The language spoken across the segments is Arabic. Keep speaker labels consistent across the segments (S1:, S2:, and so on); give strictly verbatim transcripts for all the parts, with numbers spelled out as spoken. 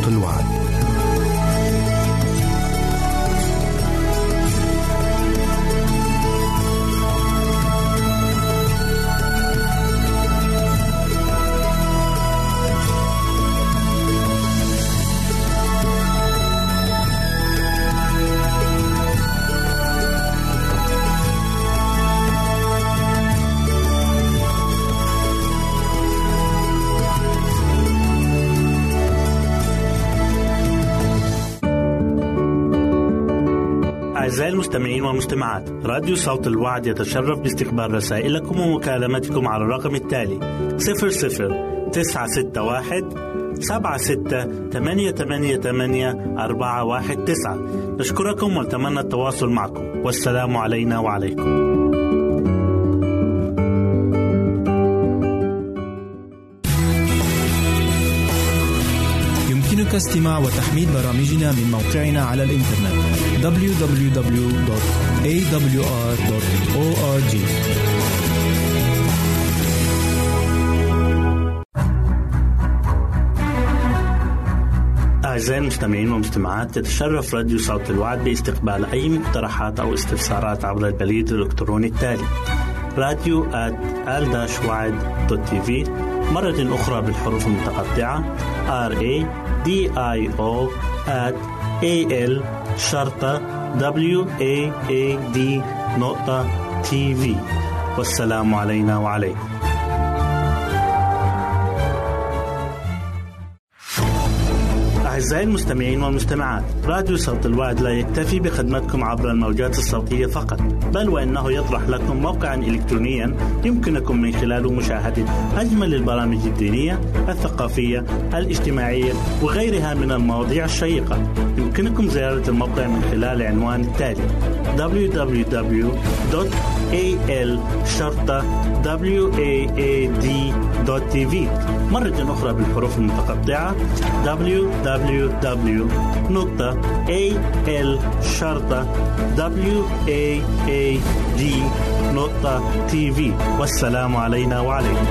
S1: الوعد.
S2: أعزائي المستمعين والمستمعات، راديو صوت الوعد يتشرف باستقبال رسائلكم ومكالمتكم على الرقم التالي صفر صفر تسعة ستة واحد سبعة ستة ثمانية ثمانية ثمانية أربعة واحد تسعة. نشكركم ونتمنى التواصل معكم، والسلام علينا وعليكم.
S3: يمكنك استماع وتحميل برامجنا من موقعنا على الإنترنت دبليو دبليو دبليو دوت إيه دبليو آر دوت أو آر جي.
S2: أعزائي المستمعين والمستمعات، يتشرف راديو صوت الوعد باستقبال أي مقترحات أو استفسارات عبر البريد الإلكتروني التالي راديو آت آل وعد دوت تي في، مرة أخرى بالحروف المتقطعة R A D I O at A L شرطة W A A D نقطة تي في. والسلام علينا وعليكم. أعزائي المستمعين والمستمعات، راديو صوت الوعد لا يكتفي بخدمتكم عبر الموجات الصوتية فقط، بل وإنه يطرح لكم موقعا إلكترونيا يمكنكم من خلاله مشاهدة أجمل البرامج الدينية، الثقافية، الاجتماعية وغيرها من المواضيع الشيقة. يمكنكم زيارة الموقع من خلال العنوان التالي دبليو دبليو دبليو دوت إيه إل شرطة W A A D دوت تي في، مرة أخرى بالحروف المتقطعة دبليو دبليو دبليو دوت إيه إل شرطة W A A D دوت تي في. والسلام علينا وعليكم.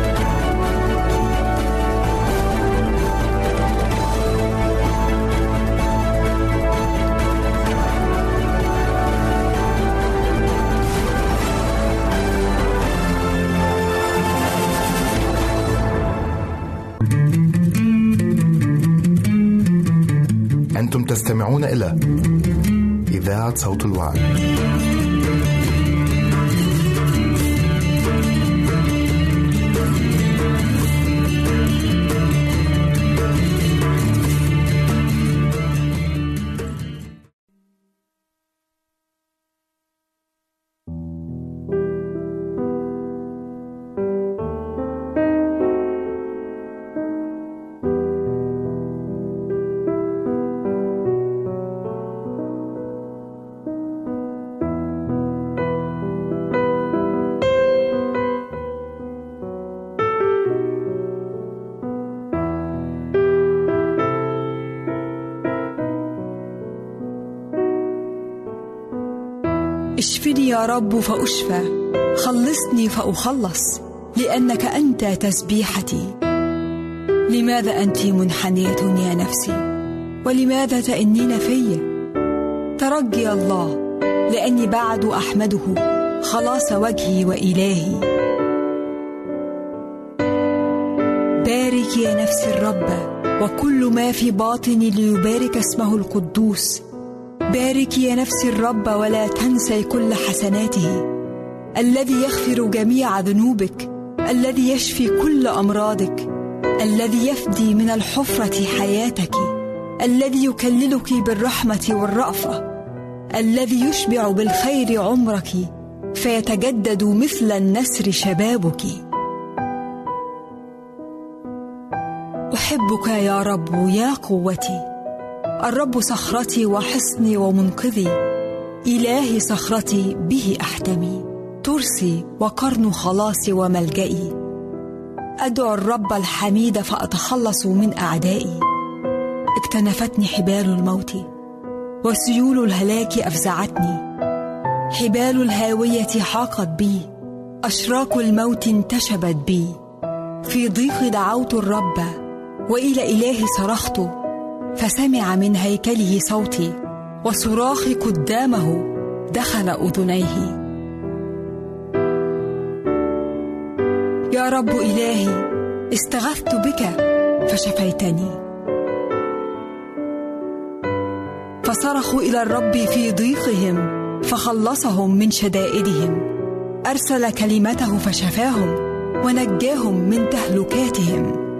S1: أنتم تستمعون إلى إذاعة صوت الوعد.
S4: اشفني يا رب فأشفى، خلصني فأخلص، لأنك أنت تسبيحتي. لماذا أنت منحنية يا نفسي؟ ولماذا تئنين في؟ ترجي الله، لأني بعد أحمده خلاص وجهي وإلهي. بارك يا نفسي الرب، وكل ما في باطني ليبارك اسمه القدوس. بارك يا نفسي الرب، ولا تنسي كل حسناته، الذي يغفر جميع ذنوبك، الذي يشفي كل أمراضك، الذي يفدي من الحفرة حياتك، الذي يكللك بالرحمة والرأفة، الذي يشبع بالخير عمرك، فيتجدد مثل النسر شبابك. أحبك يا رب يا قوتي، الرب صخرتي وحصني ومنقذي، إلهي صخرتي به أحتمي، ترسي وقرن خلاصي وملجئي. أدعو الرب الحميد فأتخلص من أعدائي. اكتنفتني حبال الموت، وسيول الهلاك أفزعتني. حبال الهاوية حاقت بي، أشراك الموت انتشبت بي. في ضيق دعوت الرب، وإلى إلهي صرخت، فسمع من هيكله صوتي، وصراخي قدامه دخل أذنيه. يا رب إلهي، استغثت بك فشفيتني. فصرخوا إلى الرب في ضيقهم فخلصهم من شدائدهم. أرسل كلمته فشفاهم ونجاهم من تهلكاتهم.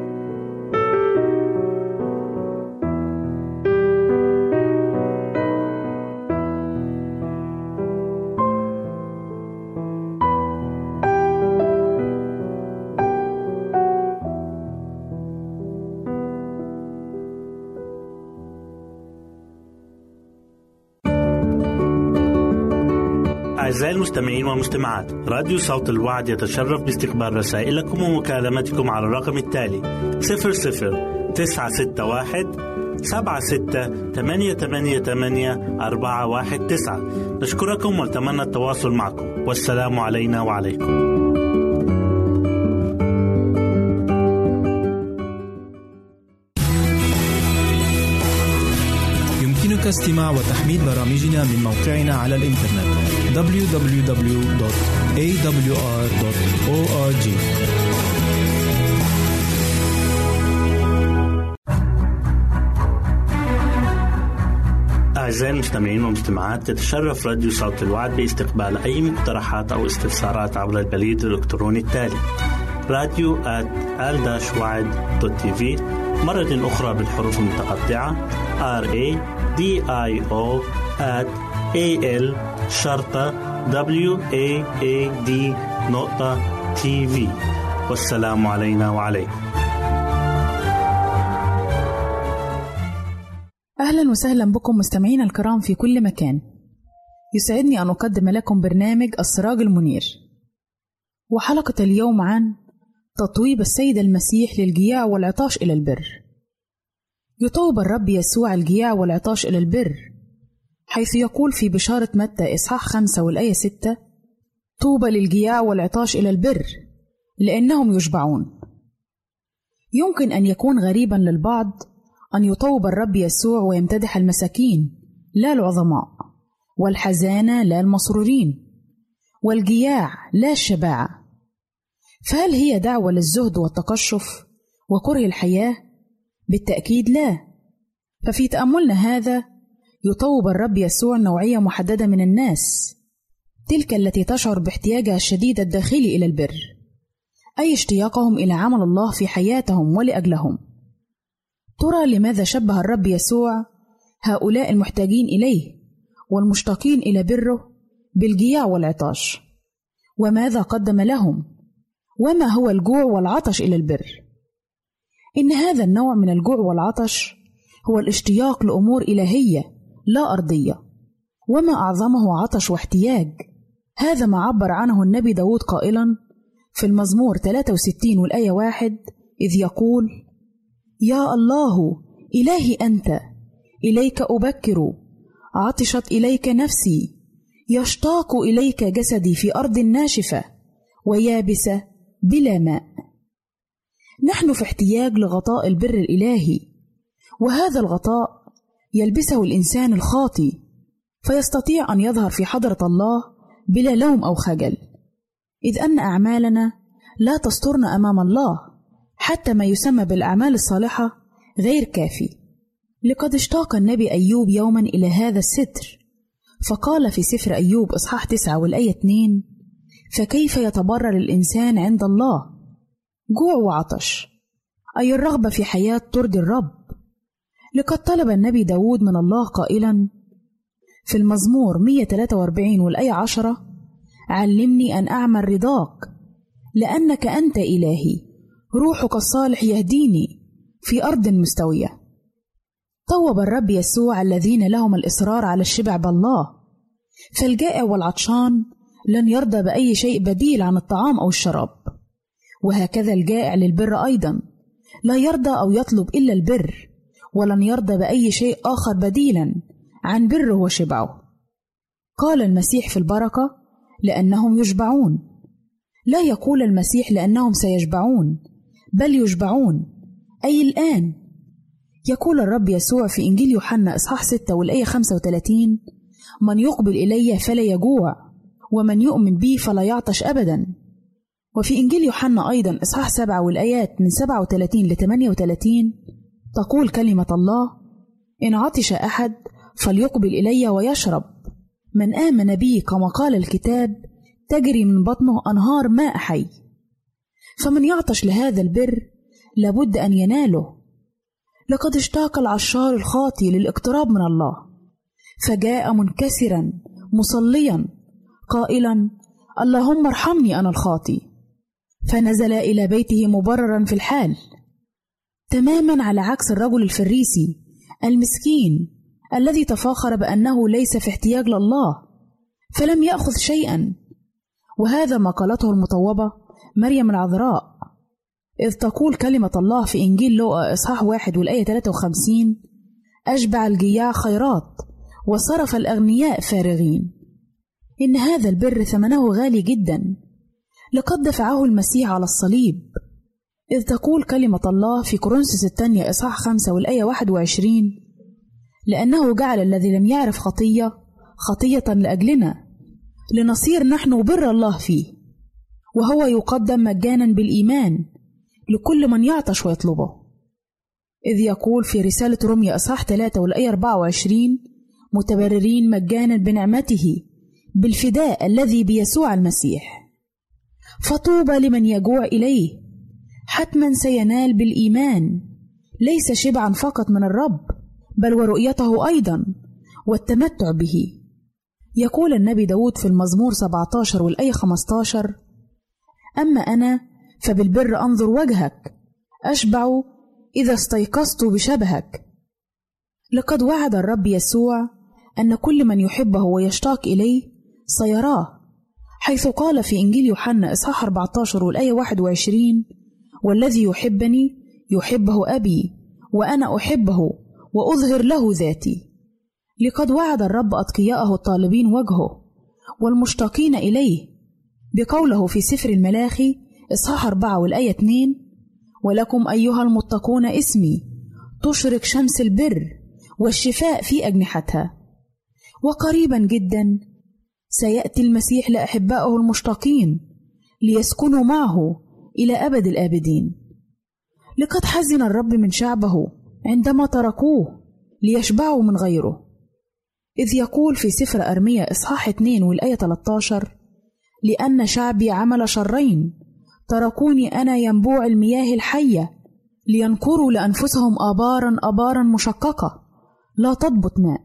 S2: أعزائي المستمعين والمستمعات، راديو صوت الوعد يتشرف باستقبال رسائلكم ومكالمتكم على الرقم التالي صفر صفر تسعة ستة واحد سبعة ستة ثمانية ثمانية ثمانية أربعة واحد تسعة. نشكركم ونتمنى التواصل معكم، والسلام علينا وعليكم.
S3: يمكنك استماع وتحميل برامجنا من موقعنا على الإنترنت دبليو دبليو دبليو دوت إيه دبليو آر دوت أو آر جي.
S2: أعزائي المستمعين والمستمعات، تتشرف راديو صوت الوعد باستقبال أي مقترحات أو استفسارات عبر البريد الإلكتروني التالي راديو آت آل وعد دوت تي في، مرة أخرى بالحروف المتقطعة R A D I O at A L شرطة W A A D نقطة تي في. والسلام علينا وعليكم.
S5: أهلا وسهلا بكم مستمعين الكرام في كل مكان. يسعدني أن أقدم لكم برنامج السراج المنير، وحلقة اليوم عن تطويب السيد المسيح للجياع والعطاش إلى البر. يطوب الرب يسوع الجياع والعطاش إلى البر، حيث يقول في بشارة متى إصحاح خمسة والآية ستة: طوبى للجياع والعطاش إلى البر لأنهم يشبعون. يمكن أن يكون غريبا للبعض أن يطوب الرب يسوع ويمتدح المساكين لا العظماء، والحزانة لا المسرورين، والجياع لا الشباعة. فهل هي دعوة للزهد والتقشف وكره الحياة؟ بالتأكيد لا. ففي تأملنا هذا يطوب الرب يسوع نوعية محددة من الناس، تلك التي تشعر باحتياجها الشديد الداخلي إلى البر، أي اشتياقهم إلى عمل الله في حياتهم ولأجلهم. ترى لماذا شبه الرب يسوع هؤلاء المحتاجين إليه والمشتاقين إلى بره بالجياع والعطاش؟ وماذا قدم لهم؟ وما هو الجوع والعطش إلى البر؟ إن هذا النوع من الجوع والعطش هو الاشتياق لأمور إلهية لا أرضية، وما أعظمه عطش واحتياج. هذا ما عبر عنه النبي داود قائلا في المزمور ثلاثة وستين والآية واحد، إذ يقول: يا الله إلهي أنت، إليك أبكر، عطشت إليك نفسي، يشتاق إليك جسدي في أرض ناشفة ويابسة بلا ماء. نحن في احتياج لغطاء البر الإلهي، وهذا الغطاء يلبسه الإنسان الخاطي فيستطيع أن يظهر في حضرة الله بلا لوم أو خجل، إذ أن أعمالنا لا تسترنا أمام الله، حتى ما يسمى بالأعمال الصالحة غير كافي. لقد اشتاق النبي أيوب يوما إلى هذا الستر، فقال في سفر أيوب إصحاح تسعة والآية اتنين: فكيف يتبرر الإنسان عند الله؟ جوع وعطش، أي الرغبة في حياة ترضي الرب. لقد طلب النبي داود من الله قائلا في المزمور مئة وثلاثة وأربعين والآية عشرة: علمني أن أعمل رضاك لأنك أنت إلهي، روحك الصالح يهديني في أرض مستوية. طوب الرب يسوع الذين لهم الإصرار على الشبع بالله، فالجائع والعطشان لن يرضى بأي شيء بديل عن الطعام أو الشراب، وهكذا الجائع للبر أيضا لا يرضى أو يطلب إلا البر، ولن يرضى بأي شيء آخر بديلا عن بره وشبعه. قال المسيح في البركة: لأنهم يشبعون. لا يقول المسيح لأنهم سيشبعون، بل يشبعون، أي الآن. يقول الرب يسوع في إنجيل يوحنا إصحاح ستة والآية خمسة وثلاثين: من يقبل إلي فلا يجوع، ومن يؤمن بي فلا يعطش أبدا. وفي إنجيل يوحنا أيضا إصحاح سبعة والآيات من سبعة وثلاثين لثمانية وثلاثين تقول كلمة الله: إن عطش أحد فليقبل إلي ويشرب، من آمن بي كما قال الكتاب تجري من بطنه أنهار ماء حي. فمن يعطش لهذا البر لابد أن يناله. لقد اشتاق العشار الخاطي للاقتراب من الله، فجاء منكسرا مصليا قائلا: اللهم ارحمني أنا الخاطي، فنزل إلى بيته مبررا في الحال، تماما على عكس الرجل الفريسي المسكين الذي تفاخر بأنه ليس في احتياج لله فلم يأخذ شيئا. وهذا ما قالته المطوبة مريم العذراء، إذ تقول كلمة الله في إنجيل لوقا إصحاح واحد والآية ثلاثة وخمسين: أشبع الجياع خيرات وصرف الأغنياء فارغين. إن هذا البر ثمنه غالي جدا، لقد دفعه المسيح على الصليب، إذ تقول كلمة الله في كورنثوس الثانية إصحاح خمسة والآية واحد وعشرين: لأنه جعل الذي لم يعرف خطية خطية لأجلنا لنصير نحن بر الله فيه، وهو يقدم مجانا بالإيمان لكل من يعطش ويطلبه. إذ يقول في رسالة روميا إصحاح ثلاثة والآية أربعة وعشرين: متبررين مجانا بنعمته بالفداء الذي بيسوع المسيح. فطوبى لمن يجوع إليه، حتما سينال بالإيمان ليس شبعا فقط من الرب، بل ورؤيته أيضا والتمتع به. يقول النبي داود في المزمور سبعة عشر والآية خمسة عشر: أما أنا فبالبر أنظر وجهك، أشبع إذا استيقظت بشبهك. لقد وعد الرب يسوع أن كل من يحبه ويشتاق إليه سيراه، حيث قال في إنجيل يوحنا إصحاح أربعة عشر والآية واحد وعشرين: والذي يحبني يحبه أبي وأنا أحبه وأظهر له ذاتي. لقد وعد الرب أتقياءه الطالبين وجهه والمشتاقين إليه بقوله في سفر الملاخي إصحاح أربعة والآية اثنين: ولكم أيها المتقون اسمي تشرق شمس البر والشفاء في أجنحتها. وقريبا جدا سيأتي المسيح لأحبائه المشتاقين ليسكنوا معه إلى أبد الآبدين. لقد حزن الرب من شعبه عندما تركوه ليشبعوا من غيره، إذ يقول في سفر أرميا إصحاح اثنين والآية ثلاثة عشر: لأن شعبي عمل شرين، تركوني أنا ينبوع المياه الحية، لينكروا لأنفسهم آبارا آبارا مشققة لا تضبط ماء.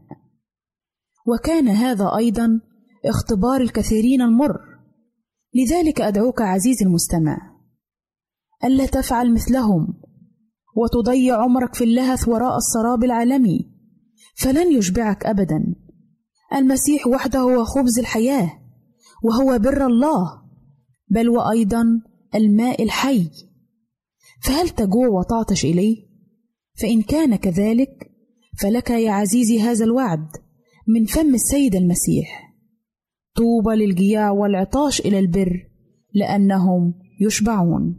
S5: وكان هذا أيضا اختبار الكثيرين المر. لذلك أدعوك عزيزي المستمع ألا تفعل مثلهم وتضيع عمرك في اللهث وراء السراب العالمي، فلن يشبعك أبدا. المسيح وحده هو خبز الحياة، وهو بر الله، بل وأيضا الماء الحي. فهل تجوع وتعطش إليه؟ فإن كان كذلك فلك يا عزيزي هذا الوعد من فم السيد المسيح: طوبى للجياع والعطاش إلى البر لأنهم يشبعون.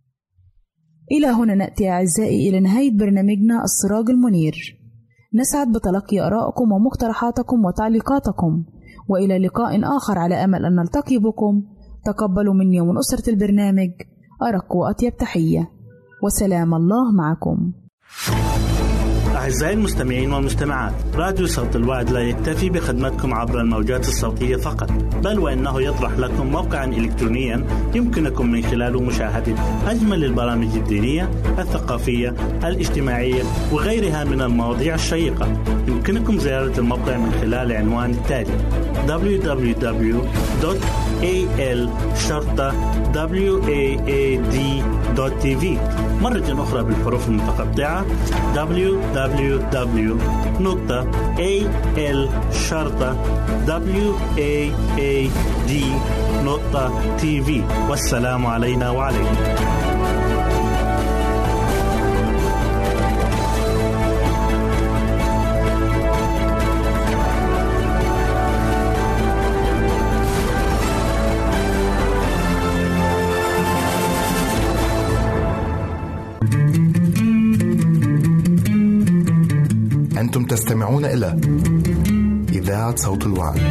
S5: إلى هنا نأتي أعزائي إلى نهاية برنامجنا السراج المنير. نسعد بتلقي آرائكم ومقترحاتكم وتعليقاتكم، وإلى لقاء آخر على أمل أن نلتقي بكم. تقبلوا مني ومن أسرة البرنامج أرق وأطيب تحية، وسلام الله معكم.
S2: أعزائي المستمعين والمستمعات، راديو صوت الوعد لا يكتفي بخدمتكم عبر الموجات الصوتية فقط، بل وإنه يطرح لكم موقعا إلكترونيا يمكنكم من خلاله مشاهدة أجمل البرامج الدينية، الثقافية، الاجتماعية وغيرها من المواضيع الشيقة. يمكنكم زيارة الموقع من خلال العنوان التالي: دبليو دبليو دبليو دوت إيه إل شرطة واد دوت تي في. مرة أخرى بالحروف المتقطعة: دبليو دبليو دبليو دوت إيه إل شرطة واد دوت تي في. والسلام علينا وعليكم.
S1: أنتم تستمعون إلى إذاعة صوت الوعد.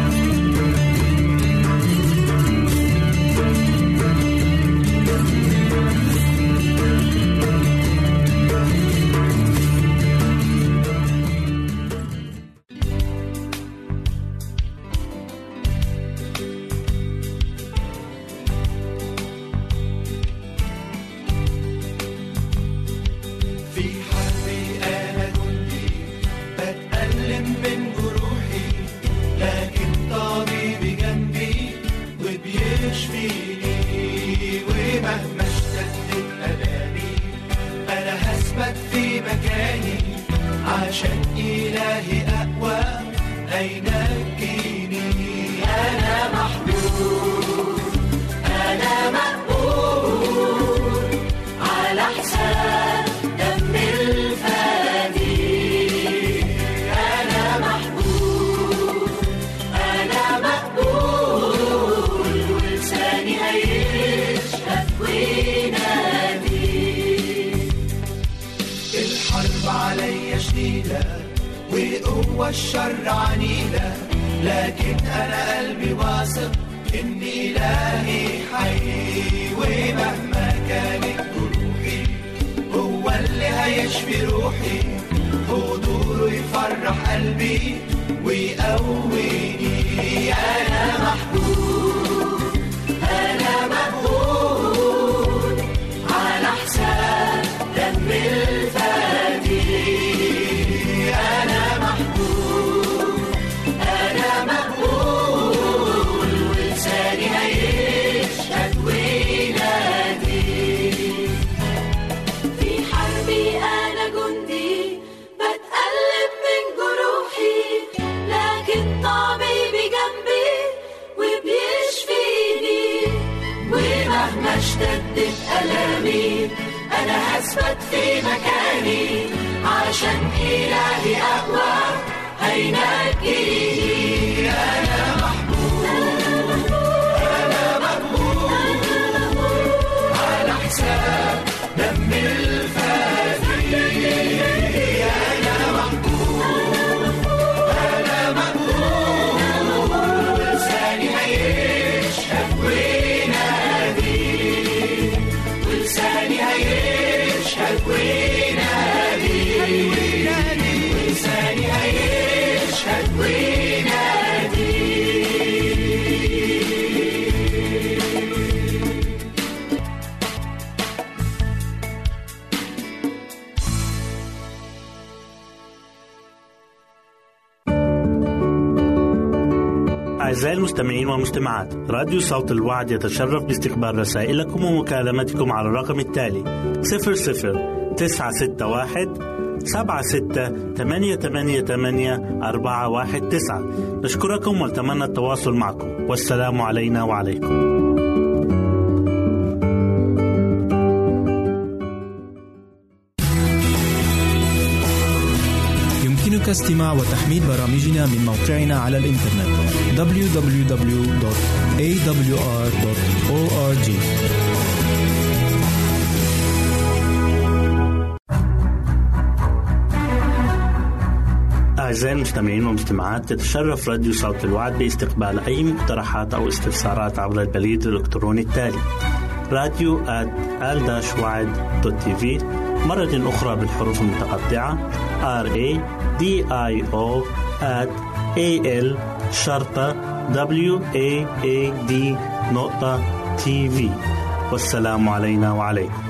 S6: والشر عنيدة، لكن أنا قلبي واثق إن إلهي حي، ومهما كانت جروحي هو اللي هيشفي روحي، حضوره يفرح قلبي ويقويني. أنا محبوب، أنا مقبول على حساب دم الفدي. أنا محبوب، أنا مقبول، ولساني هيشهد وينادي. في حربي أنا جندي بتقلب من جروحي، لكن طبيبي جنبي وبيشفيني. ومهما اشتدت ألامي أنا هثبت في مكاني، عشان إلهي أقوى هينجيني. أنا محبوب، أنا مقبول على حساب دم الفدي. أنا محبوب، أنا مقبول، ولساني هيشهد وينادي، ولساني هيشهد وينادي، ولساني هيشهد وينادي.
S2: أعزائي المستمعين والمستمعات، راديو صوت الوعد يتشرف باستقبال رسائلكم ومكالمتكم على الرقم التالي صفر صفر تسعة ستة واحد سبعة ستة ثمانية ثمانية ثمانية أربعة واحد تسعة. نشكركم ونتمنى التواصل معكم، والسلام علينا وعليكم.
S3: يمكنك استماع وتحميل برامجنا من موقعنا على الإنترنت دبليو دبليو دبليو دوت إيه دبليو آر دوت أو آر جي.
S2: أعزائي المستمعين والمستمعات، تتشرف راديو صوت الوعد باستقبال أي مقترحات أو استفسارات عبر البريد الإلكتروني التالي راديو آت آل وعد دوت تي في، مرة أخرى بالحروف المتقطعة R A D I O at A L شرطة W A A D نقطة تي في. والسلام علينا وعليكم.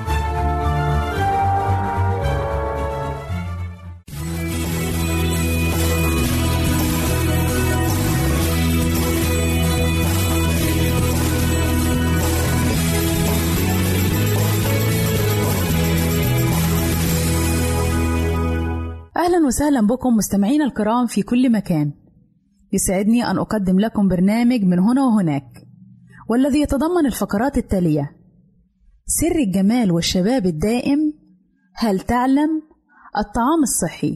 S5: أهلا وسهلا بكم مستمعين الكرام في كل مكان. يسعدني أن أقدم لكم برنامج من هنا وهناك، والذي يتضمن الفقرات التالية: سر الجمال والشباب الدائم، هل تعلم، الطعام الصحي.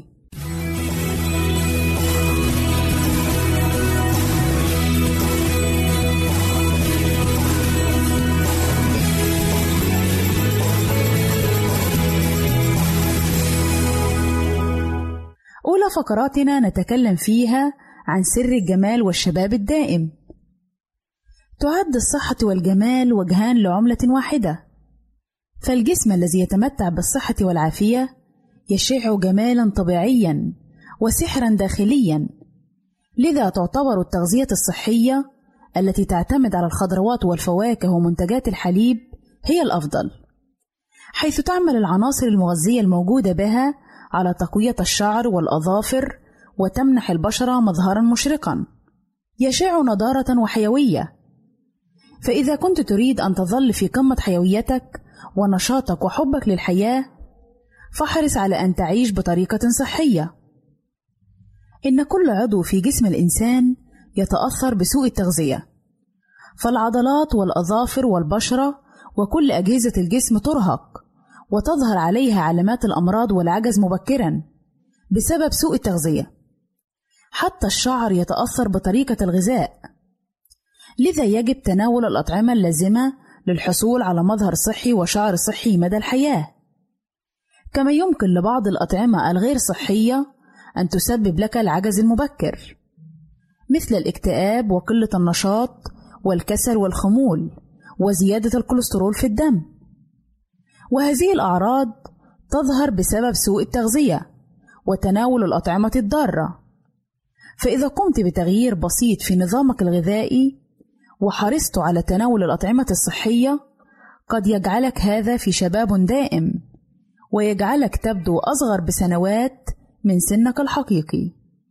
S5: أولى فقراتنا نتكلم فيها عن سر الجمال والشباب الدائم. تعد الصحة والجمال وجهان لعملة واحدة، فالجسم الذي يتمتع بالصحة والعافية يشع جمالا طبيعيا وسحرا داخليا. لذا تعتبر التغذية الصحية التي تعتمد على الخضروات والفواكه ومنتجات الحليب هي الأفضل، حيث تعمل العناصر المغذية الموجودة بها على تقوية الشعر والأظافر وتمنح البشرة مظهرا مشرقا يشع نضارة وحيوية. فإذا كنت تريد أن تظل في قمة حيويتك ونشاطك وحبك للحياة، فاحرص على أن تعيش بطريقة صحية. إن كل عضو في جسم الإنسان يتأثر بسوء التغذية، فالعضلات والأظافر والبشرة وكل أجهزة الجسم ترهق وتظهر عليها علامات الأمراض والعجز مبكرا بسبب سوء التغذية. حتى الشعر يتأثر بطريقة الغذاء، لذا يجب تناول الأطعمة اللازمة للحصول على مظهر صحي وشعر صحي مدى الحياة. كما يمكن لبعض الأطعمة الغير صحية أن تسبب لك العجز المبكر، مثل الاكتئاب وقلة النشاط والكسل والخمول وزيادة الكوليسترول في الدم. وهذه الأعراض تظهر بسبب سوء التغذية وتناول الأطعمة الضارة. فإذا قمت بتغيير بسيط في نظامك الغذائي وحرصت على تناول الأطعمة الصحية، قد يجعلك هذا في شباب دائم ويجعلك تبدو أصغر بسنوات من سنك الحقيقي.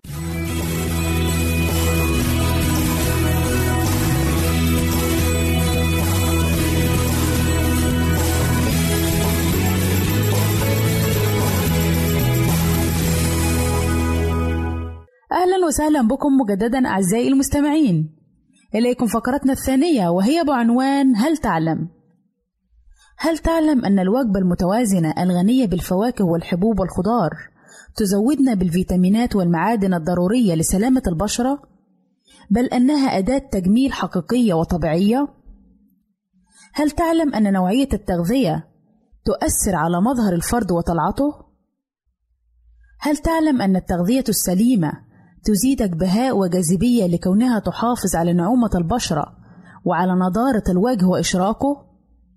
S5: أهلا وسهلا بكم مجددا أعزائي المستمعين. إليكم فقرتنا الثانية وهي بعنوان هل تعلم؟ هل تعلم أن الوجبة المتوازنة الغنية بالفواكه والحبوب والخضار تزودنا بالفيتامينات والمعادن الضرورية لسلامة البشرة، بل أنها أداة تجميل حقيقية وطبيعية؟ هل تعلم أن نوعية التغذية تؤثر على مظهر الفرد وطلعته؟ هل تعلم أن التغذية السليمة تزيدك بهاء وجاذبية لكونها تحافظ على نعومة البشرة وعلى نضارة الوجه وإشراقه؟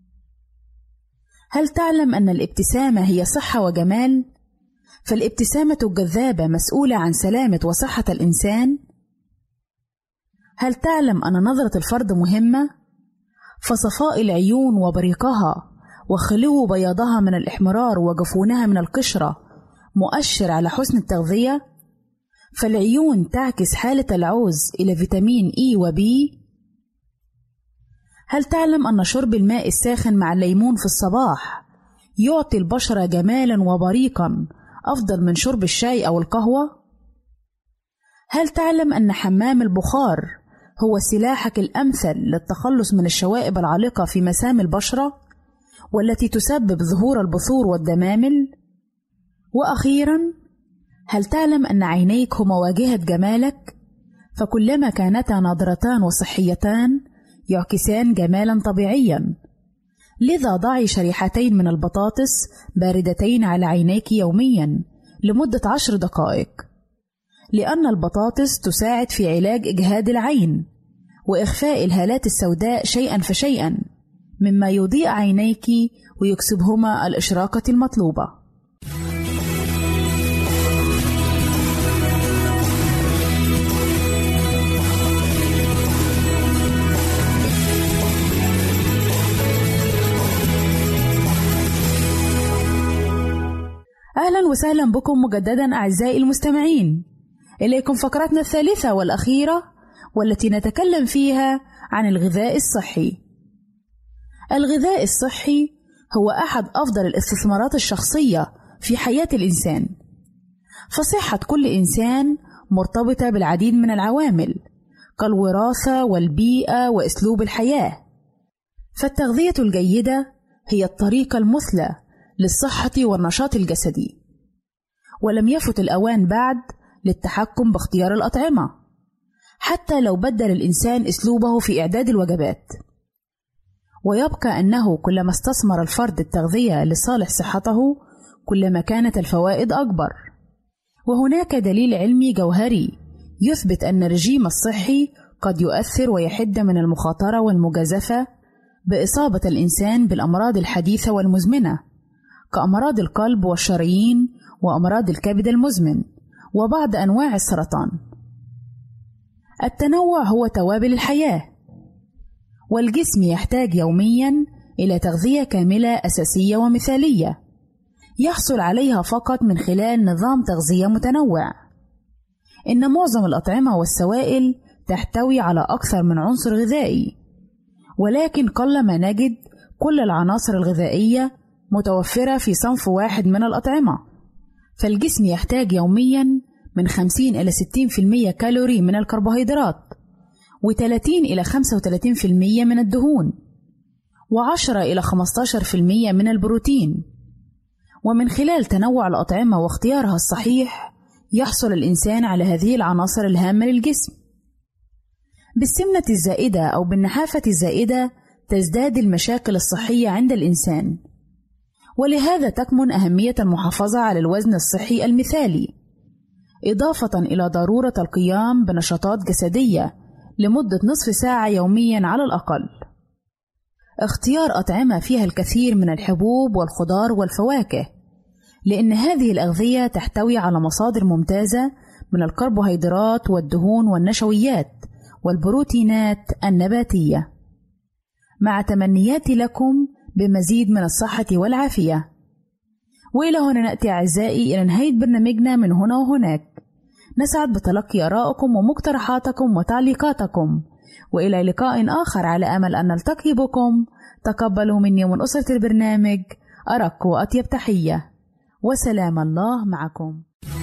S5: هل تعلم أن الابتسامة هي صحة وجمال؟ فالابتسامة الجذابة مسؤولة عن سلامة وصحة الإنسان. هل تعلم أن نظرة الفرد مهمة؟ فصفاء العيون وبريقها وخلو بياضها من الإحمرار وجفونها من القشرة مؤشر على حسن التغذية. فالعيون تعكس حالة العوز إلى فيتامين إي وبي. هل تعلم أن شرب الماء الساخن مع الليمون في الصباح يعطي البشرة جمالا وبريقا أفضل من شرب الشاي أو القهوة؟ هل تعلم أن حمام البخار هو سلاحك الأمثل للتخلص من الشوائب العالقة في مسام البشرة والتي تسبب ظهور البثور والدمامل؟ وأخيرا، هل تعلم أن عينيك هما واجهة جمالك؟ فكلما كانتا نضرتان وصحيتان يعكسان جمالا طبيعيا. لذا ضعي شريحتين من البطاطس باردتين على عينيك يوميا لمدة عشر دقائق، لأن البطاطس تساعد في علاج إجهاد العين وإخفاء الهالات السوداء شيئا فشيئا، مما يضيء عينيك ويكسبهما الإشراقة المطلوبة. أهلا وسهلا بكم مجددا أعزائي المستمعين. إليكم فقرتنا الثالثة والأخيرة والتي نتكلم فيها عن الغذاء الصحي. الغذاء الصحي هو أحد أفضل الاستثمارات الشخصية في حياة الإنسان، فصحة كل إنسان مرتبطة بالعديد من العوامل كالوراثة والبيئة وأسلوب الحياة. فالتغذية الجيدة هي الطريقة المثلى للصحة والنشاط الجسدي، ولم يفت الأوان بعد للتحكم باختيار الأطعمة حتى لو بدل الإنسان أسلوبه في إعداد الوجبات. ويبقى أنه كلما استثمر الفرد التغذية لصالح صحته كلما كانت الفوائد أكبر. وهناك دليل علمي جوهري يثبت أن الرجيم الصحي قد يؤثر ويحد من المخاطرة والمجازفة بإصابة الإنسان بالأمراض الحديثة والمزمنة كأمراض القلب والشرايين وأمراض الكبد المزمن وبعض أنواع السرطان. التنوع هو توابل الحياة، والجسم يحتاج يومياً إلى تغذية كاملة أساسية ومثالية يحصل عليها فقط من خلال نظام تغذية متنوع. إن معظم الأطعمة والسوائل تحتوي على أكثر من عنصر غذائي، ولكن قلما نجد كل العناصر الغذائية متوفرة في صنف واحد من الأطعمة. فالجسم يحتاج يومياً من خمسين إلى ستين بالمئة كالوري من الكربوهيدرات، وثلاثين إلى خمسة وثلاثين بالمئة من الدهون، وعشرة إلى خمسة عشر بالمئة من البروتين. ومن خلال تنوع الأطعمة واختيارها الصحيح يحصل الإنسان على هذه العناصر الهامة للجسم. بالسمنة الزائدة أو بالنحافة الزائدة تزداد المشاكل الصحية عند الإنسان، ولهذا تكمن أهمية المحافظة على الوزن الصحي المثالي، إضافة إلى ضرورة القيام بنشاطات جسدية لمدة نصف ساعة يوميا على الأقل. اختيار أطعمة فيها الكثير من الحبوب والخضار والفواكه، لأن هذه الأغذية تحتوي على مصادر ممتازة من الكربوهيدرات والدهون والنشويات والبروتينات النباتية. مع تمنياتي لكم بمزيد من الصحة والعافية. وإلى هنا نأتي أعزائي إلى نهاية برنامجنا من هنا وهناك. نسعد بتلقي آرائكم ومقترحاتكم وتعليقاتكم، وإلى لقاء آخر على أمل أن نلتقي بكم. تقبلوا مني ومن أسرة البرنامج أرق وأطيب تحية، وسلام الله معكم.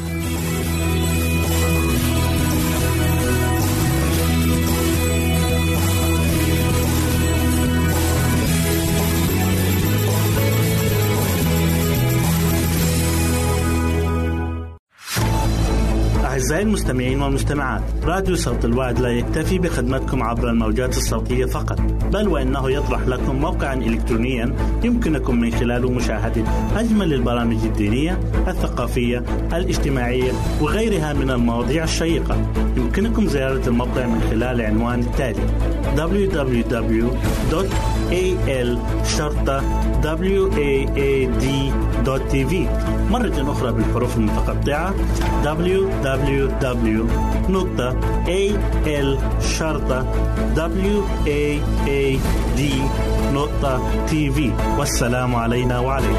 S2: أعزائي المستمعين والمستمعات، راديو صوت الوعد لا يكتفي بخدمتكم عبر الموجات الصوتية فقط، بل وإنه يطرح لكم موقعا إلكترونيا يمكنكم من خلاله مشاهدة أجمل البرامج الدينية، الثقافية، الاجتماعية وغيرها من المواضيع الشيقة. يمكنكم زيارة الموقع من خلال العنوان التالي دبليو دبليو دبليو دوت إيه إل شرطة واد دوت تي في. مرة أخرى بالحروف المتقطعة دبليو دبليو دبليو دوت إيه إل شرطة واد دوت تي في. والسلام علينا وعليكم.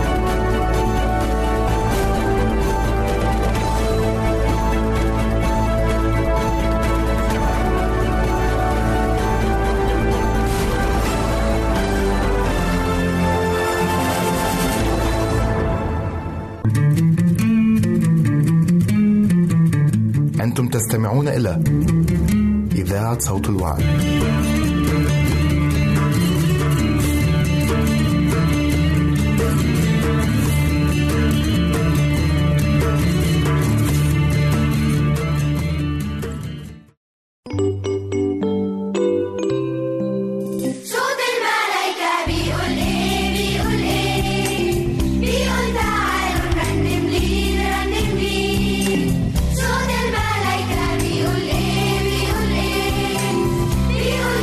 S1: أنتم تستمعون إلى إذاعة صوت الوعد.
S6: بيقول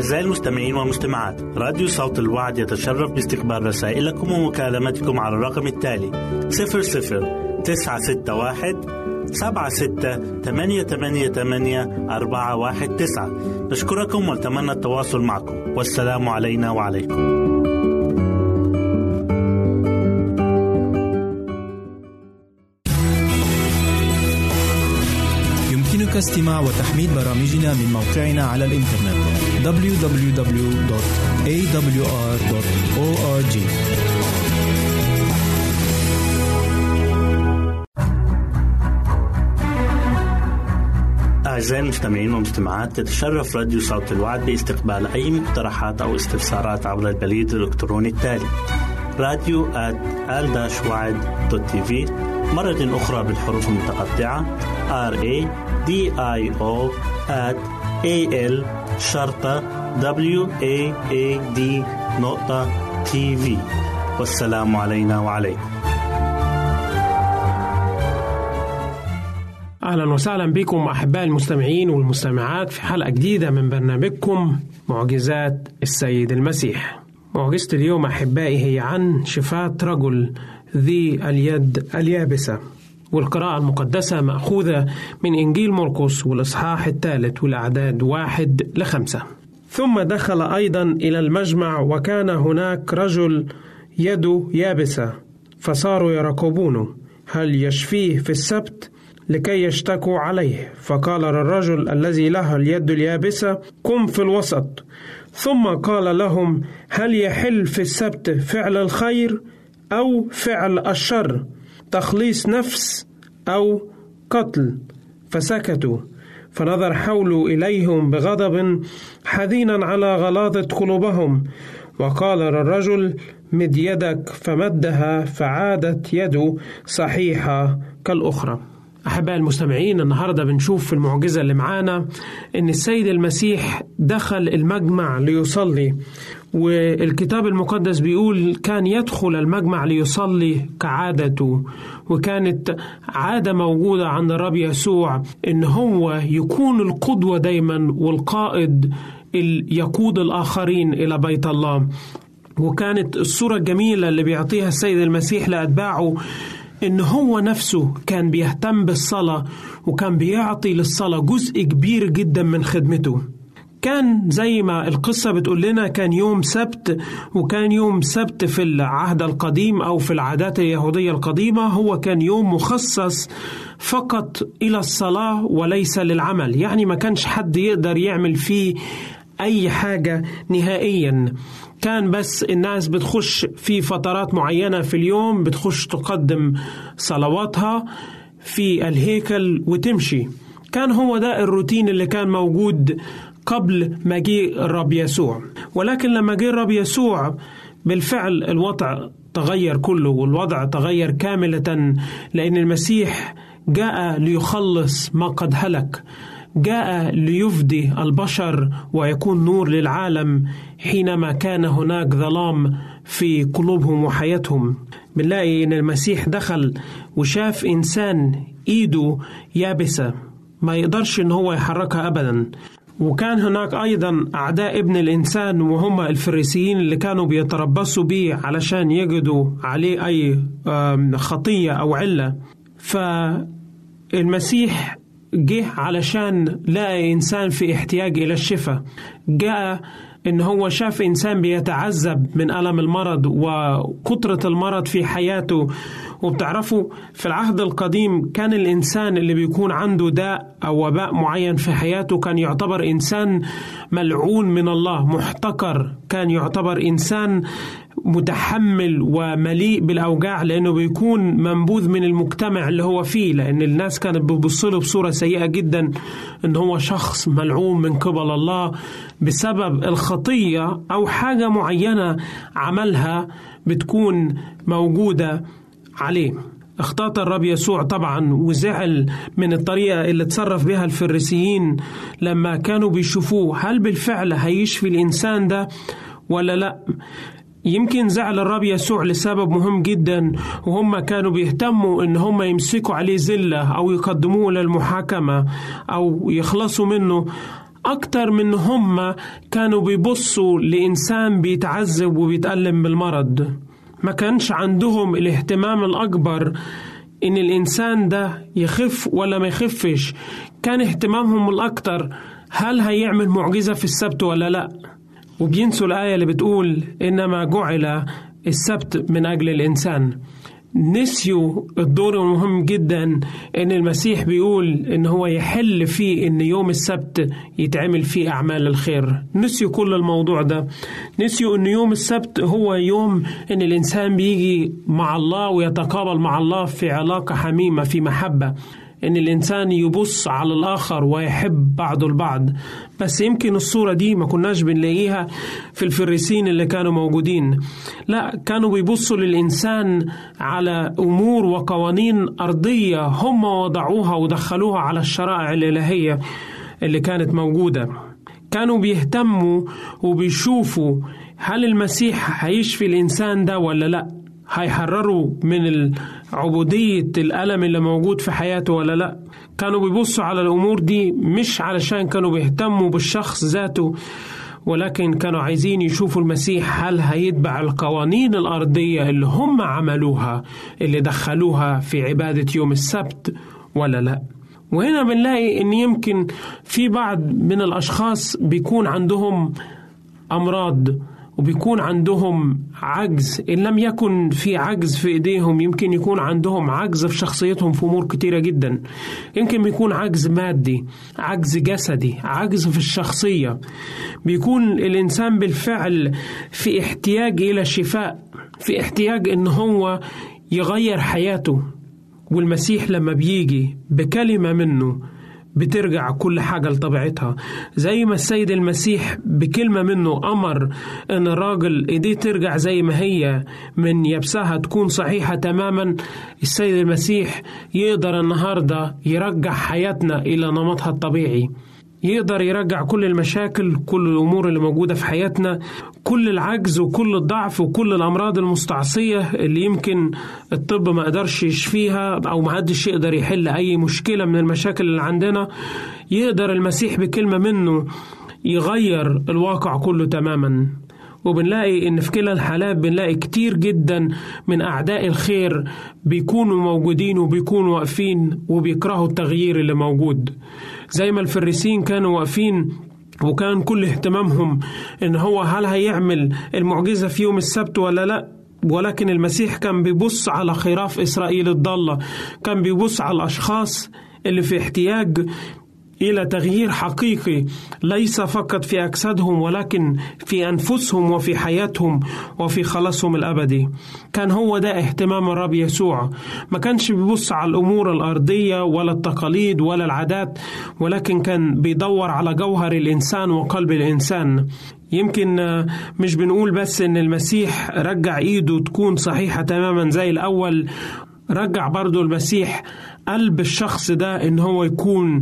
S2: أعزائي المستمعين والمستمعات، راديو صوت الوعد يتشرف باستقبال رسائلكم ومكالمتكم على الرقم التالي صفر صفر تسعة ستة واحد سبعة ستة ثمانية ثمانية ثمانية أربعة واحد تسعة. نشكركم ونتمنى التواصل معكم، والسلام علينا وعليكم.
S3: يمكنك استماع وتحميل برامجنا من موقعنا على الإنترنت دبليو دبليو دبليو دوت إيه دبليو آر دوت أو آر جي.
S2: أعزائي المستمعين والمستمعات، تتشرف راديو صوت الوعد باستقبال أي مقترحات أو استفسارات عبر البريد الإلكتروني التالي راديو آت آل وعد دوت تي في، مرة أخرى بالحروف المتقطعة R A D I O at A L شرطة W A A D نقطة تي في. والسلام علينا وعليكم.
S7: أهلا وسهلا بكم أحباء المستمعين والمستمعات في حلقة جديدة من برنامجكم معجزات السيد المسيح. معجزة اليوم أحبائي هي عن شفاة رجل ذي اليد اليابسة، والقراءة المقدسة مأخوذة من إنجيل مرقس والإصحاح الثالث والأعداد واحد لخمسة. ثم دخل أيضا إلى المجمع، وكان هناك رجل يده يابسة، فصاروا يراقبونه هل يشفيه في السبت لكي يشتكوا عليه. فقال الرجل الذي له اليد اليابسة قم في الوسط. ثم قال لهم هل يحل في السبت فعل الخير أو فعل الشر، تخليص نفس أو قتل؟ فسكتوا. فنظر حوله إليهم بغضب حزينا على غلاظة قلوبهم، وقال للرجل مد يدك، فمدها فعادت يده صحيحة كالأخرى. أحباء المستمعين، النهاردة بنشوف في المعجزة اللي معانا إن السيد المسيح دخل المجمع ليصلي، والكتاب المقدس بيقول كان يدخل المجمع ليصلي كعادته. وكانت عادة موجودة عند الرب يسوع إن هو يكون القدوة دايما والقائد اللي يقود الآخرين إلى بيت الله. وكانت الصورة الجميلة اللي بيعطيها السيد المسيح لأتباعه إن هو نفسه كان بيهتم بالصلاة، وكان بيعطي للصلاة جزء كبير جدا من خدمته. كان زي ما القصة بتقول لنا كان يوم سبت، وكان يوم سبت في العهد القديم أو في العادات اليهودية القديمة هو كان يوم مخصص فقط إلى الصلاة وليس للعمل. يعني ما كانش حد يقدر يعمل فيه أي حاجة نهائيا. كان بس الناس بتخش في فترات معينة في اليوم، بتخش تقدم صلواتها في الهيكل وتمشي. كان هو ده الروتين اللي كان موجود قبل مجيء الرب يسوع. ولكن لما جاء الرب يسوع بالفعل الوضع تغير كله، والوضع تغير كاملة، لأن المسيح جاء ليخلص ما قد هلك، جاء ليفدي البشر ويكون نور للعالم حينما كان هناك ظلام في قلوبهم وحياتهم. بنلاقي إن المسيح دخل وشاف إنسان إيده يابسة ما يقدرش إن هو يحركها أبدا. وكان هناك أيضا أعداء ابن الإنسان، وهم الفريسيين اللي كانوا بيتربصوا به علشان يجدوا عليه أي خطية أو علة. فالمسيح جه علشان لقى إنسان في احتياج إلى الشفاء. جاء إن هو شاف إنسان بيتعذب من ألم المرض وكترة المرض في حياته. وبتعرفوا في العهد القديم كان الإنسان اللي بيكون عنده داء أو وباء معين في حياته كان يعتبر إنسان ملعون من الله، محتقر، كان يعتبر إنسان متحمل ومليء بالأوجاع، لأنه بيكون منبوذ من المجتمع اللي هو فيه، لأن الناس كانت بتبصله بصورة سيئة جدا إن هو شخص ملعون من قبل الله بسبب الخطية أو حاجة معينة عملها بتكون موجودة عليه. اختاط الرب يسوع طبعا وزعل من الطريقة اللي تصرف بها الفريسيين لما كانوا بيشوفوه هل بالفعل هيشفي الإنسان ده ولا لا. يمكن زعل الرب يسوع لسبب مهم جدا، وهم كانوا بيهتموا ان هم يمسكوا عليه زلة او يقدموه للمحاكمة او يخلصوا منه أكتر من هم كانوا بيبصوا لإنسان بيتعذب وبيتألم بالمرض. ما كانش عندهم الاهتمام الأكبر إن الإنسان ده يخف ولا ما يخفش. كان اهتمامهم الأكتر هل هيعمل معجزة في السبت ولا لا، وبينسوا الآية اللي بتقول إنما جعل السبت من أجل الإنسان. نسيوا الدور المهم جدا إن المسيح بيقول إن هو يحل فيه إن يوم السبت يتعمل فيه أعمال الخير. نسيوا كل الموضوع ده. نسيوا إن يوم السبت هو يوم إن الإنسان بيجي مع الله ويتقابل مع الله في علاقة حميمة، في محبة، إن الإنسان يبص على الآخر ويحب بعضه البعض. بس يمكن الصورة دي ما كناش بنلاقيها في الفريسين اللي كانوا موجودين. لا، كانوا بيبصوا للإنسان على أمور وقوانين أرضية هم وضعوها ودخلوها على الشرائع الإلهية اللي كانت موجودة. كانوا بيهتموا وبيشوفوا هل المسيح هيشفي الإنسان ده ولا لا، هيحرروا من عبودية الألم اللي موجود في حياته ولا لا. كانوا بيبصوا على الأمور دي مش علشان كانوا بيهتموا بالشخص ذاته، ولكن كانوا عايزين يشوفوا المسيح هل هيتبع القوانين الأرضية اللي هم عملوها، اللي دخلوها في عبادة يوم السبت ولا لا. وهنا بنلاقي إن يمكن في بعض من الأشخاص بيكون عندهم أمراض وبيكون عندهم عجز. إن لم يكن في عجز في إيديهم، يمكن يكون عندهم عجز في شخصيتهم في أمور كتيرة جدا. يمكن بيكون عجز مادي، عجز جسدي، عجز في الشخصية. بيكون الإنسان بالفعل في احتياج إلى شفاء، في احتياج إن هو يغير حياته. والمسيح لما بيجي بكلمة منه بترجع كل حاجة لطبيعتها. زي ما السيد المسيح بكلمة منه أمر أن الراجل إيديه ترجع زي ما هي من يبسها تكون صحيحة تماما، السيد المسيح يقدر النهاردة يرجع حياتنا إلى نمطها الطبيعي. يقدر يرجع كل المشاكل، كل الأمور اللي موجودة في حياتنا، كل العجز وكل الضعف وكل الأمراض المستعصية اللي يمكن الطب ما قدرش يشفيها أو ما حدش يقدر يحل أي مشكلة من المشاكل اللي عندنا. يقدر المسيح بكلمة منه يغير الواقع كله تماما. وبنلاقي إن في كلا الحالات بنلاقي كتير جدا من أعداء الخير بيكونوا موجودين وبيكونوا واقفين وبيكرهوا التغيير اللي موجود. زي ما الفريسين كانوا واقفين وكان كل اهتمامهم إن هو هل هيعمل المعجزة في يوم السبت ولا لا، ولكن المسيح كان بيبص على خراف إسرائيل الضالة، كان بيبص على الأشخاص اللي في احتياج إلى تغيير حقيقي، ليس فقط في أجسادهم ولكن في أنفسهم وفي حياتهم وفي خلاصهم الأبدي. كان هو ده اهتمام الرب يسوع. ما كانش بيبص على الأمور الأرضية ولا التقاليد ولا العادات، ولكن كان بيدور على جوهر الإنسان وقلب الإنسان. يمكن مش بنقول بس إن المسيح رجع إيده تكون صحيحة تماما زي الأول، رجع برضو المسيح قلب الشخص ده إن هو يكون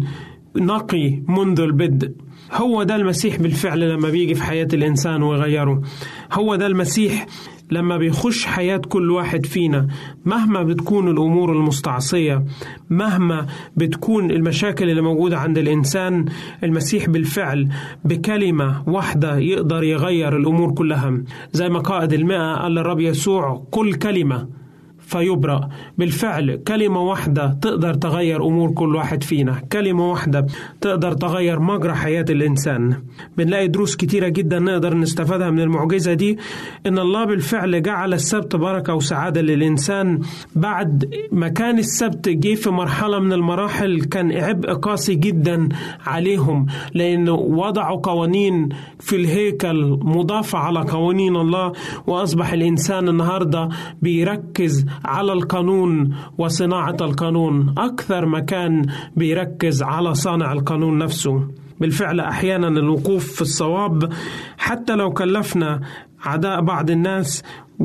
S7: نقي منذ البدء. هو ده المسيح بالفعل لما بيجي في حياة الإنسان ويغيره. هو ده المسيح لما بيخش حياة كل واحد فينا، مهما بتكون الأمور المستعصية، مهما بتكون المشاكل اللي موجودة عند الإنسان، المسيح بالفعل بكلمة واحدة يقدر يغير الأمور كلها. زي ما قائد المئة قال للرب يسوع كل كلمة فيبرأ. بالفعل كلمة واحدة تقدر تغير أمور كل واحد فينا، كلمة واحدة تقدر تغير مجرى حياة الإنسان. بنلاقي دروس كتيرة جدا نقدر نستفادها من المعجزة دي. إن الله بالفعل جعل السبت بركة وسعادة للإنسان. بعد ما كان السبت جه في مرحلة من المراحل كان عبء قاسي جدا عليهم، لأنه وضعوا قوانين في الهيكل مضافة على قوانين الله، وأصبح الإنسان النهاردة بيركز على القانون وصناعة القانون أكثر ما كان بيركز على صانع القانون نفسه. بالفعل أحيانا الوقوف في الصواب حتى لو كلفنا عداء بعض الناس،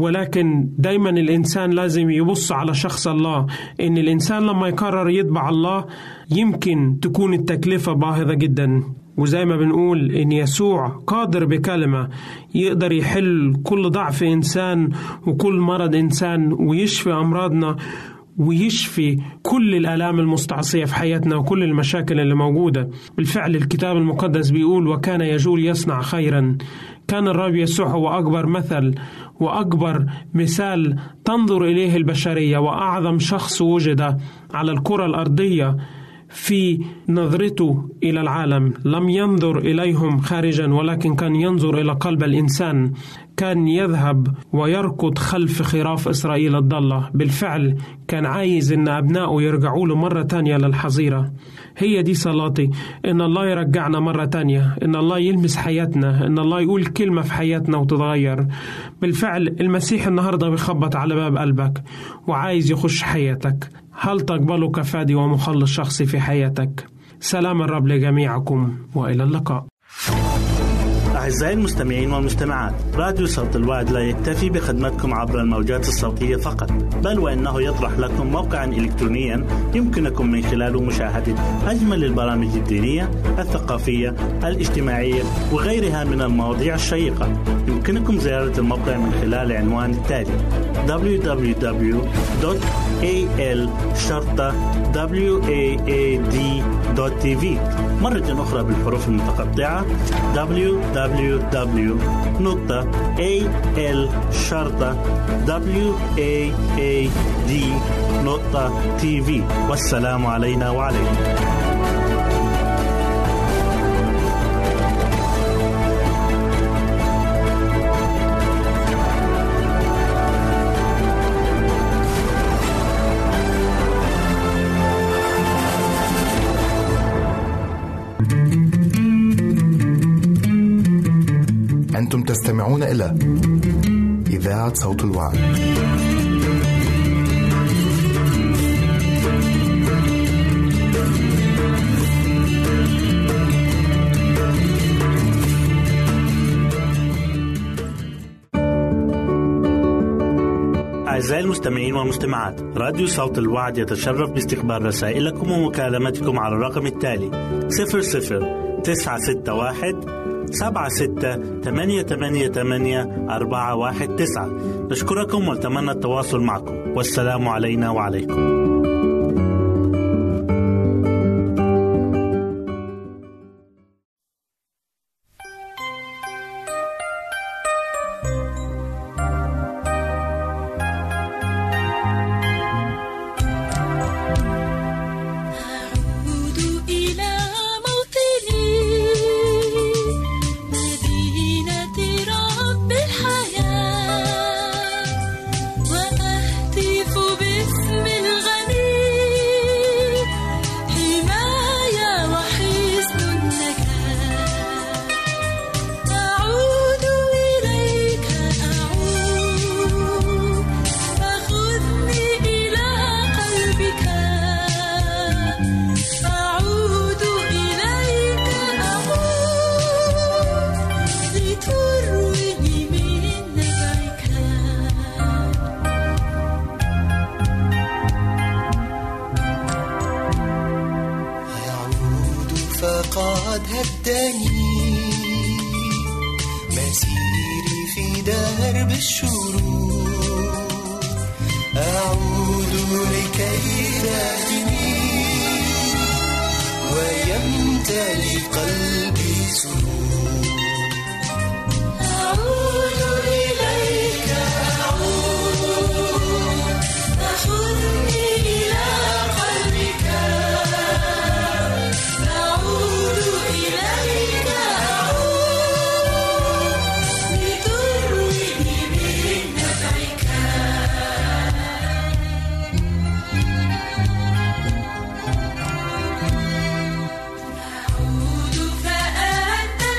S7: ولكن دايما الإنسان لازم يبص على شخص الله. إن الإنسان لما يقرر يتبع الله يمكن تكون التكلفة باهظة جدا. وزي ما بنقول إن يسوع قادر بكلمة يقدر يحل كل ضعف إنسان وكل مرض إنسان ويشفي أمراضنا ويشفي كل الآلام المستعصية في حياتنا وكل المشاكل اللي موجودة. بالفعل الكتاب المقدس بيقول وكان يجول يصنع خيرا. كان الرب يسوع هو أكبر مثل وأكبر مثال تنظر إليه البشرية، وأعظم شخص وجد على الكرة الأرضية في نظرته إلى العالم. لم ينظر إليهم خارجا، ولكن كان ينظر إلى قلب الإنسان. كان يذهب ويركض خلف خراف إسرائيل الضالة. بالفعل كان عايز إن أبنائه يرجعوا له مرة تانية للحظيرة. هي دي صلاتي، إن الله يرجعنا مرة تانية، إن الله يلمس حياتنا، إن الله يقول كلمة في حياتنا وتتغير. بالفعل المسيح النهاردة بيخبط على باب قلبك وعايز يخش حياتك. هل تقبله كفادي ومخلص شخصي في حياتك؟ سلام الرب لجميعكم وإلى اللقاء.
S2: أعزائي المستمعين والمستمعات، راديو صوت الوعد لا يكتفي بخدمتكم عبر الموجات الصوتية فقط، بل وإنه يطرح لكم موقعا إلكترونيا يمكنكم من خلاله مشاهدة أجمل البرامج الدينية، الثقافية، الاجتماعية وغيرها من المواضيع الشيقة. يمكنكم زيارة الموقع من خلال العنوان التالي دبليو دبليو دبليو دوت إيه إل شرطة واد دوت تي في. مرة أخرى بالحروف المتقطعة دبليو دبليو دبليو دوت إيه إل شرطة واد دوت تي في. والسلام علينا وعليكم.
S1: أنتم تستمعون إلى إذاعة صوت الوعد.
S2: أعزائي المستمعين والمستمعات، راديو صوت الوعد يتشرف باستقبال رسائلكم ومكالمتكم على الرقم التالي صفر صفر تسعة ستة واحد سبعة ستة ثمانية ثمانية ثمانية أربعة واحد تسعة. نشكركم ونتمنى التواصل معكم، والسلام علينا وعليكم.
S8: قد هداني مسيري في درب الشرور، أعود لكي تهدني ويمتلي قلبي سرور. أعود إليك أعود، تأخذني إلى قلبك. أعود إليك أعود، لترويني من نفعك. أعود فأنت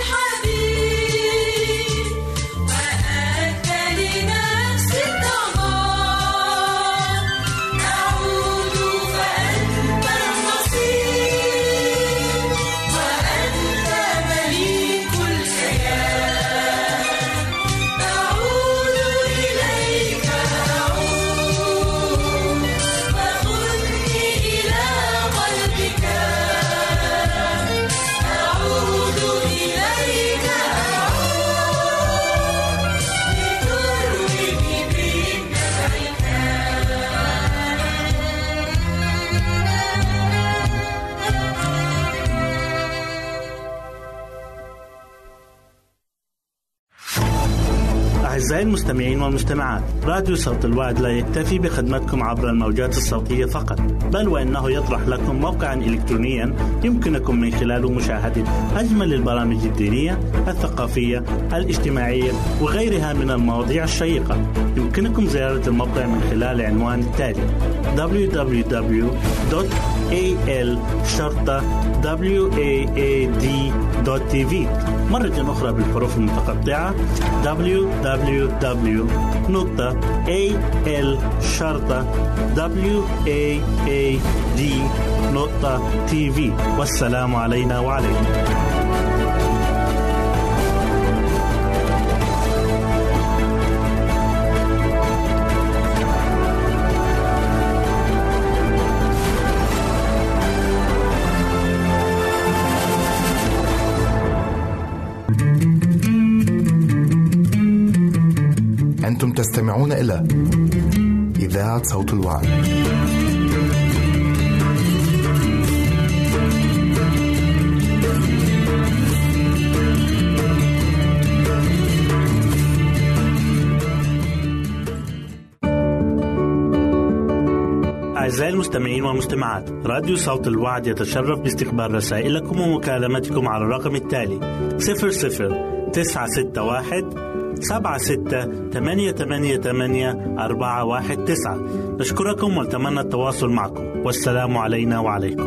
S2: أعزائي المستمعين والمستمعات، راديو صوت الوعد لا يكتفي بخدمتكم عبر الموجات الصوتية فقط، بل وإنه يطرح لكم موقعا إلكترونيا يمكنكم من خلاله مشاهدة أجمل البرامج الدينية، الثقافية، الاجتماعية وغيرها من المواضيع الشيقة. يمكنكم زيارة الموقع من خلال العنوان التالي دبليو دبليو دبليو دوت إيه إل شرطة واد دوت تي في. مرة أخرى بالحروف المتقطعة دبليو دبليو دبليو دوت إيه إل شرطة واد دوت تي في. والسلام علينا وعليكم.
S1: أنتم تستمعون إلى إذاعة صوت الوعد.
S2: أعزائي المستمعين والمستمعات، راديو صوت الوعد يتشرف باستقبال رسائلكم ومكالمتكم على الرقم التالي صفر صفر تسعة ستة واحد سبعة ستة ثمانية ثمانية ثمانية أربعة واحد تسعة. نشكركم ونتمنى التواصل معكم، والسلام علينا وعليكم.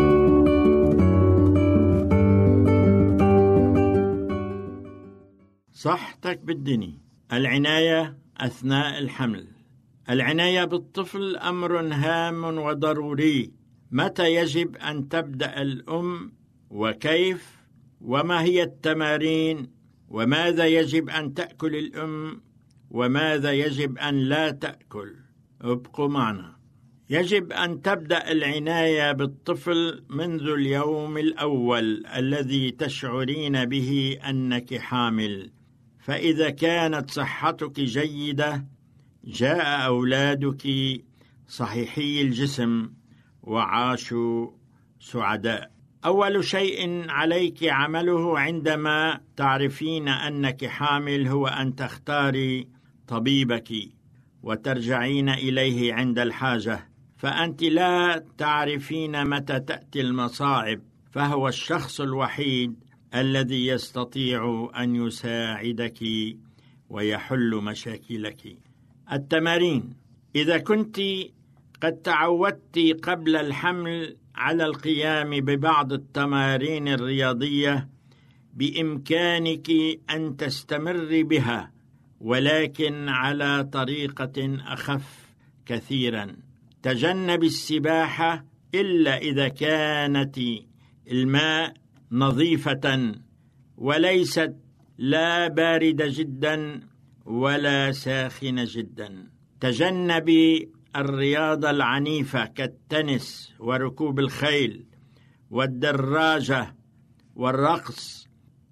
S9: صحتك بالدني. العناية أثناء الحمل. العناية بالطفل أمر هام وضروري. متى يجب أن تبدأ الأم وكيف؟ وما هي التمارين؟ وماذا يجب أن تأكل الأم؟ وماذا يجب أن لا تأكل؟ ابقوا معنا. يجب أن تبدأ العناية بالطفل منذ اليوم الأول الذي تشعرين به أنك حامل، فإذا كانت صحتك جيدة جاء أولادك صحيحي الجسم وعاشوا سعداء. أول شيء عليك عمله عندما تعرفين أنك حامل هو أن تختاري طبيبك وترجعين إليه عند الحاجة، فأنت لا تعرفين متى تأتي المصاعب، فهو الشخص الوحيد الذي يستطيع أن يساعدك ويحل مشاكلك. التمارين. إذا كنت قد تعودت قبل الحمل على القيام ببعض التمارين الرياضية بإمكانك أن تستمر بها، ولكن على طريقة أخف كثيرا. تجنب السباحة إلا إذا كانت الماء نظيفة وليست لا باردة جدا ولا ساخنة جدا. تجنبي الرياضة العنيفة كالتنس وركوب الخيل والدراجة والرقص،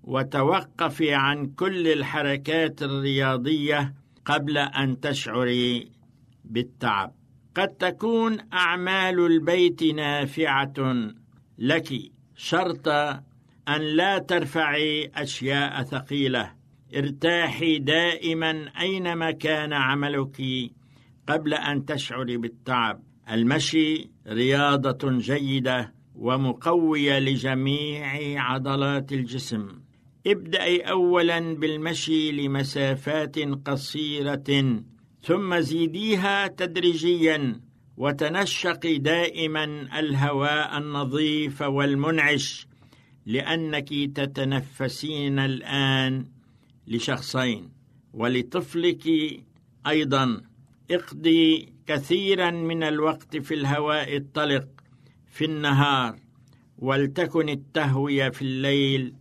S9: وتوقفي عن كل الحركات الرياضية قبل أن تشعري بالتعب. قد تكون أعمال البيت نافعة لك، شرط أن لا ترفعي أشياء ثقيلة. ارتاحي دائما أينما كان عملك قبل أن تشعري بالتعب. المشي رياضة جيدة ومقوية لجميع عضلات الجسم. ابدأي أولا بالمشي لمسافات قصيرة، ثم زيديها تدريجيا، وتنشقي دائما الهواء النظيف والمنعش، لأنك تتنفسين الآن لشخصين ولطفلك أيضا. اقضي كثيرا من الوقت في الهواء الطلق في النهار، ولتكن التهوية في الليل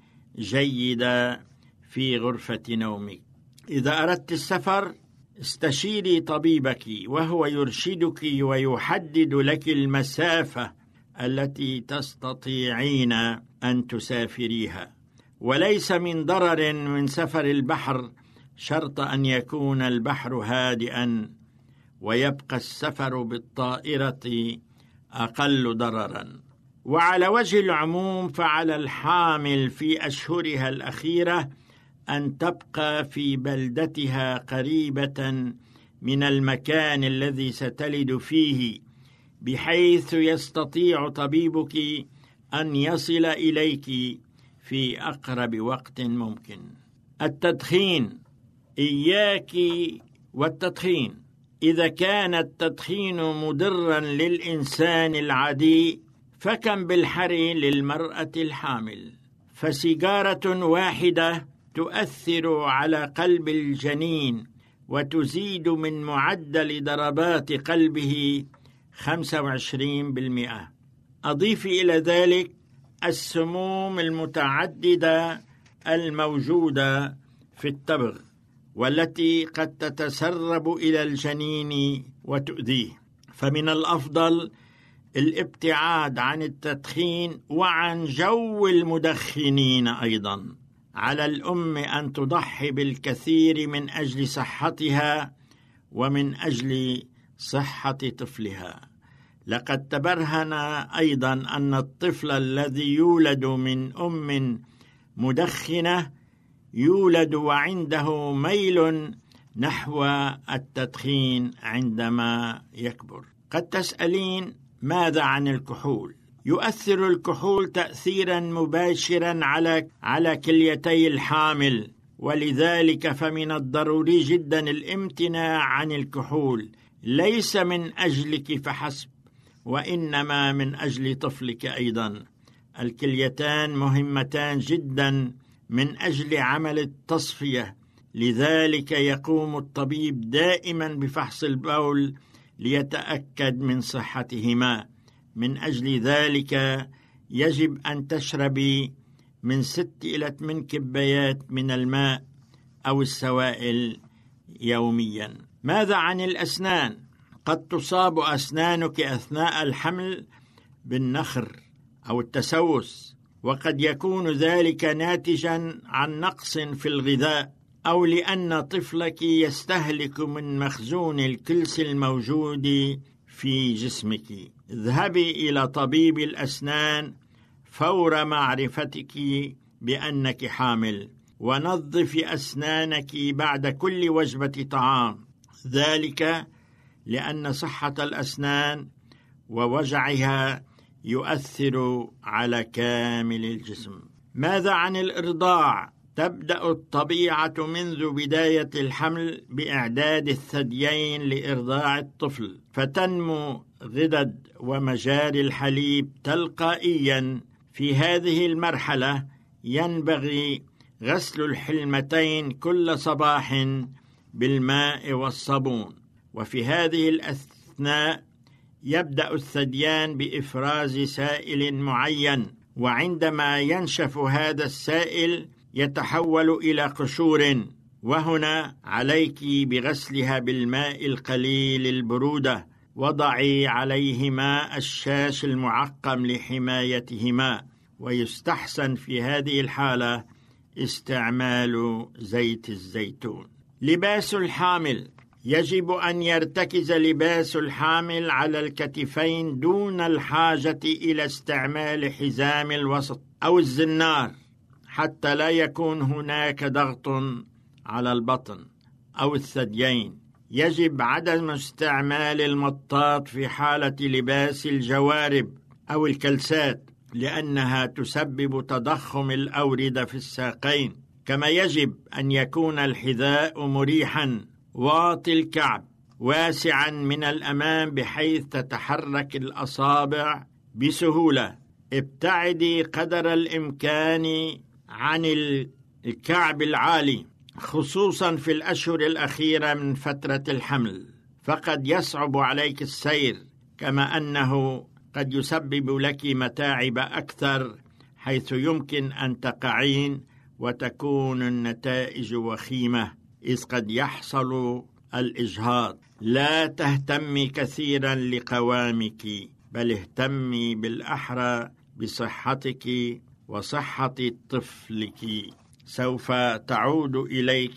S9: جيدة في غرفة نومك. إذا أردت السفر استشيري طبيبك وهو يرشدك ويحدد لك المسافة التي تستطيعين أن تسافريها. وليس من ضرر من سفر البحر شرط أن يكون البحر هادئا، ويبقى السفر بالطائرة أقل ضررا. وعلى وجه العموم فعلى الحامل في أشهرها الأخيرة أن تبقى في بلدتها قريبة من المكان الذي ستلد فيه، بحيث يستطيع طبيبك أن يصل إليك في أقرب وقت ممكن. التدخين، إياك والتدخين. إذا كان التدخين مضرا للإنسان العادي، فكم بالحري للمرأة الحامل؟ فسيجارة واحدة تؤثر على قلب الجنين وتزيد من معدل ضربات قلبه خمسة وعشرين بالمئة. أضيف إلى ذلك السموم المتعددة الموجودة في التبغ، والتي قد تتسرب إلى الجنين وتؤذيه. فمن الأفضل الابتعاد عن التدخين وعن جو المدخنين. أيضا على الأم أن تضحي بالكثير من أجل صحتها ومن أجل صحة طفلها. لقد تبرهن أيضا أن الطفل الذي يولد من أم مدخنة يولد وعنده ميل نحو التدخين عندما يكبر. قد تسألين ماذا عن الكحول؟ يؤثر الكحول تأثيرا مباشرا على على كليتي الحامل، ولذلك فمن الضروري جدا الامتناع عن الكحول، ليس من أجلك فحسب وإنما من أجل طفلك أيضا. الكليتان مهمتان جدا من أجل عمل التصفية، لذلك يقوم الطبيب دائما بفحص البول ليتأكد من صحتهما. من أجل ذلك يجب أن تشربي من ست إلى ثمان كبايات من الماء أو السوائل يوميا. ماذا عن الأسنان؟ قد تصاب أسنانك أثناء الحمل بالنخر أو التسوس، وقد يكون ذلك ناتجا عن نقص في الغذاء، أو لأن طفلك يستهلك من مخزون الكلس الموجود في جسمك. اذهبي إلى طبيب الأسنان فور معرفتك بأنك حامل، ونظفي أسنانك بعد كل وجبة طعام، ذلك لأن صحة الأسنان ووجعها يؤثر على كامل الجسم. ماذا عن الإرضاع؟ تبدأ الطبيعة منذ بداية الحمل بإعداد الثديين لإرضاع الطفل، فتنمو غدد ومجاري الحليب تلقائيا. في هذه المرحلة ينبغي غسل الحلمتين كل صباح بالماء والصابون، وفي هذه الأثناء يبدأ الثديان بإفراز سائل معين، وعندما ينشف هذا السائل يتحول إلى قشور، وهنا عليك بغسلها بالماء القليل البرودة. وضعي عليهما الشاش المعقم لحمايتهما، ويستحسن في هذه الحالة استعمال زيت الزيتون. لباس الحامل، يجب أن يرتكز لباس الحامل على الكتفين دون الحاجة إلى استعمال حزام الوسط أو الزنار، حتى لا يكون هناك ضغط على البطن أو الثديين. يجب عدم استعمال المطاط في حالة لباس الجوارب أو الكلسات، لأنها تسبب تضخم الأوردة في الساقين. كما يجب أن يكون الحذاء مريحا واطي الكعب واسعا من الأمام بحيث تتحرك الأصابع بسهولة. ابتعدي قدر الإمكان عن الكعب العالي، خصوصا في الأشهر الأخيرة من فترة الحمل، فقد يصعب عليك السير، كما أنه قد يسبب لك متاعب أكثر، حيث يمكن أن تقعين وتكون النتائج وخيمة، إذ قد يحصل الإجهاض. لا تهتمي كثيرا لقوامك، بل اهتمي بالأحرى بصحتك وصحة طفلك. سوف تعود إليك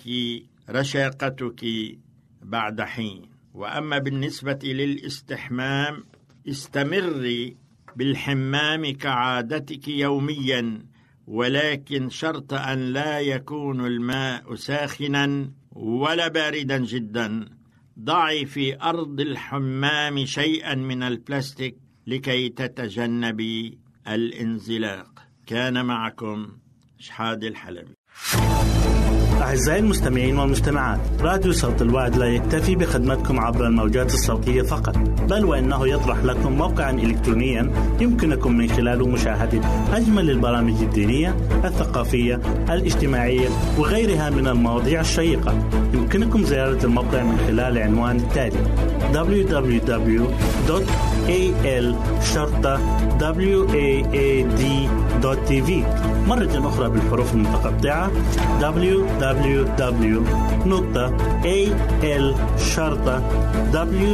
S9: رشاقتك بعد حين. وأما بالنسبة للاستحمام، استمري بالحمام كعادتك يوميا، ولكن شرط أن لا يكون الماء ساخنا ولا باردا جدا. ضعي في أرض الحمام شيئا من البلاستيك لكي تتجنبي الانزلاق. كان معكم شحاد الحلبي.
S2: أعزائي المستمعين والمستمعات، راديو صوت الوعد لا يكتفي بخدمتكم عبر الموجات الصوتية فقط، بل وإنه يطرح لكم موقعا إلكترونيا يمكنكم من خلاله مشاهدة أجمل البرامج الدينية، الثقافية، الاجتماعية وغيرها من المواضيع الشيقة. يمكنكم زيارة الموقع من خلال العنوان التالي دبليو دبليو دبليو دوت إيه إل شرطة واد دوت تي في. مرة أخرى بالحروف المتقطعة دبليو دبليو دبليو دوت إيه إل شرطة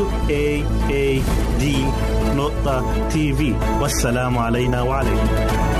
S2: واد دوت تي في. والسلام علينا وعليكم.